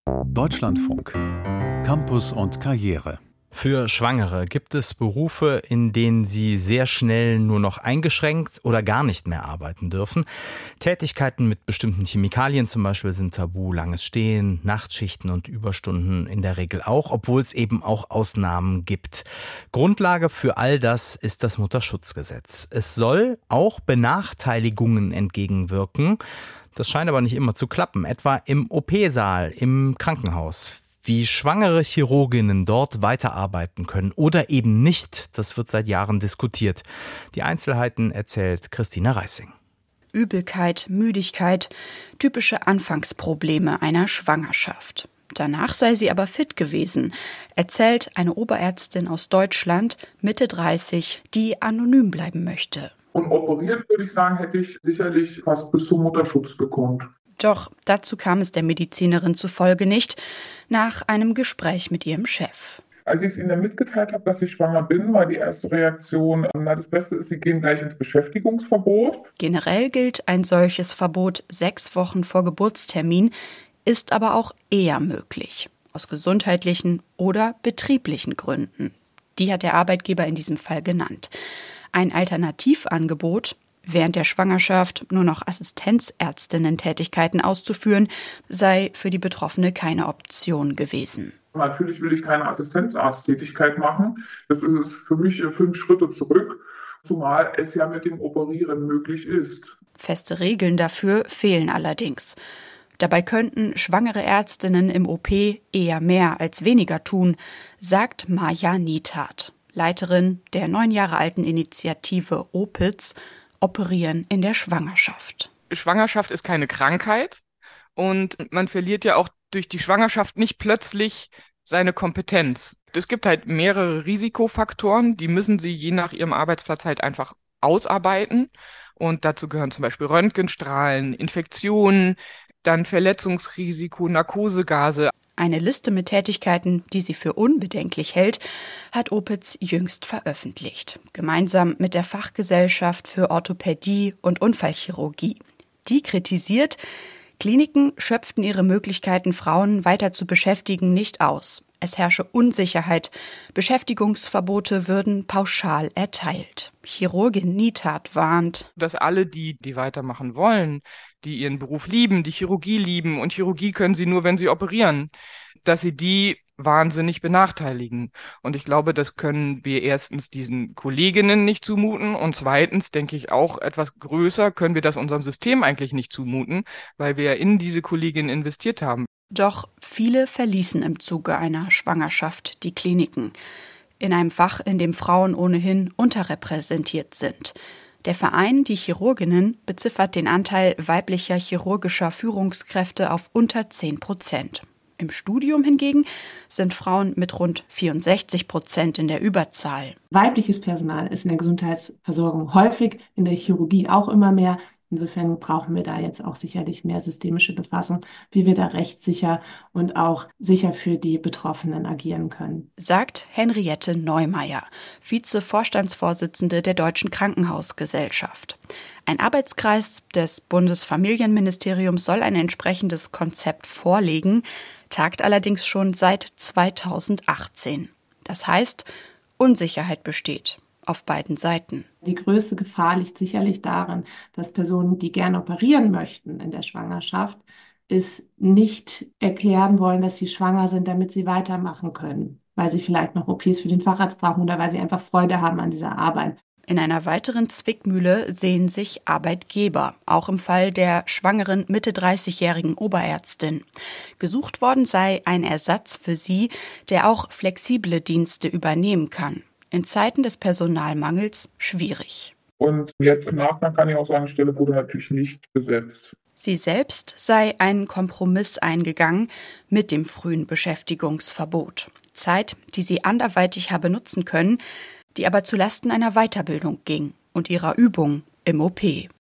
Deutschlandfunk. Campus und Karriere. Für Schwangere gibt es Berufe, in denen sie sehr schnell nur noch eingeschränkt oder gar nicht mehr arbeiten dürfen. Tätigkeiten mit bestimmten Chemikalien zum Beispiel sind tabu. Langes Stehen, Nachtschichten und Überstunden in der Regel auch, obwohl es eben auch Ausnahmen gibt. Grundlage für all das ist das Mutterschutzgesetz. Es soll auch Benachteiligungen entgegenwirken. Das scheint aber nicht immer zu klappen, etwa im OP-Saal, im Krankenhaus. Wie schwangere Chirurginnen dort weiterarbeiten können oder eben nicht, das wird seit Jahren diskutiert. Die Einzelheiten erzählt Christina Reissing. Übelkeit, Müdigkeit, typische Anfangsprobleme einer Schwangerschaft. Danach sei sie aber fit gewesen, erzählt eine Oberärztin aus Deutschland, Mitte 30, die anonym bleiben möchte. Und operiert, würde ich sagen, hätte ich sicherlich fast bis zum Mutterschutz gekonnt. Doch dazu kam es der Medizinerin zufolge nicht, nach einem Gespräch mit ihrem Chef. Als ich es ihnen mitgeteilt habe, dass ich schwanger bin, war die erste Reaktion, das Beste ist, sie gehen gleich ins Beschäftigungsverbot. Generell gilt ein solches Verbot 6 Wochen vor Geburtstermin, ist aber auch eher möglich, aus gesundheitlichen oder betrieblichen Gründen. Die hat der Arbeitgeber in diesem Fall genannt. Ein Alternativangebot, während der Schwangerschaft nur noch Assistenzärztinnen-Tätigkeiten auszuführen, sei für die Betroffene keine Option gewesen. Natürlich will ich keine Assistenzarzttätigkeit machen. Das ist für mich 5 Schritte zurück, zumal es ja mit dem Operieren möglich ist. Feste Regeln dafür fehlen allerdings. Dabei könnten schwangere Ärztinnen im OP eher mehr als weniger tun, sagt Maja Niethardt, Leiterin der 9 Jahre alten Initiative OPITS, Operieren in der Schwangerschaft. Schwangerschaft ist keine Krankheit und man verliert ja auch durch die Schwangerschaft nicht plötzlich seine Kompetenz. Es gibt halt mehrere Risikofaktoren, die müssen Sie je nach Ihrem Arbeitsplatz halt einfach ausarbeiten. Und dazu gehören zum Beispiel Röntgenstrahlen, Infektionen, dann Verletzungsrisiko, Narkosegase. Eine Liste mit Tätigkeiten, die sie für unbedenklich hält, hat OPITS jüngst veröffentlicht, gemeinsam mit der Fachgesellschaft für Orthopädie und Unfallchirurgie. Die kritisiert, Kliniken schöpften ihre Möglichkeiten, Frauen weiter zu beschäftigen, nicht aus. Es herrsche Unsicherheit. Beschäftigungsverbote würden pauschal erteilt. Chirurgin Niethardt warnt, dass alle, die weitermachen wollen, die ihren Beruf lieben, die Chirurgie lieben, und Chirurgie können sie nur, wenn sie operieren, dass sie die wahnsinnig benachteiligen. Und ich glaube, das können wir erstens diesen Kolleginnen nicht zumuten und zweitens, denke ich auch etwas größer, können wir das unserem System eigentlich nicht zumuten, weil wir ja in diese Kolleginnen investiert haben. Doch viele verließen im Zuge einer Schwangerschaft die Kliniken. In einem Fach, in dem Frauen ohnehin unterrepräsentiert sind. Der Verein Die Chirurginnen beziffert den Anteil weiblicher chirurgischer Führungskräfte auf unter 10%. Im Studium hingegen sind Frauen mit rund 64% in der Überzahl. Weibliches Personal ist in der Gesundheitsversorgung häufig, in der Chirurgie auch immer mehr. Insofern brauchen wir da jetzt auch sicherlich mehr systemische Befassung, wie wir da rechtssicher und auch sicher für die Betroffenen agieren können. Sagt Henriette Neumeier, Vize-Vorstandsvorsitzende der Deutschen Krankenhausgesellschaft. Ein Arbeitskreis des Bundesfamilienministeriums soll ein entsprechendes Konzept vorlegen, tagt allerdings schon seit 2018. Das heißt, Unsicherheit besteht. Auf beiden Seiten. Die größte Gefahr liegt sicherlich darin, dass Personen, die gerne operieren möchten in der Schwangerschaft, es nicht erklären wollen, dass sie schwanger sind, damit sie weitermachen können, weil sie vielleicht noch OPs für den Facharzt brauchen oder weil sie einfach Freude haben an dieser Arbeit. In einer weiteren Zwickmühle sehen sich Arbeitgeber, auch im Fall der schwangeren Mitte-30-jährigen Oberärztin. Gesucht worden sei ein Ersatz für sie, der auch flexible Dienste übernehmen kann. In Zeiten des Personalmangels schwierig. Und jetzt im Nachgang kann ich auch sagen, die Stelle wurde natürlich nicht besetzt. Sie selbst sei einen Kompromiss eingegangen mit dem frühen Beschäftigungsverbot. Zeit, die sie anderweitig habe nutzen können, die aber zulasten einer Weiterbildung ging und ihrer Übung im OP.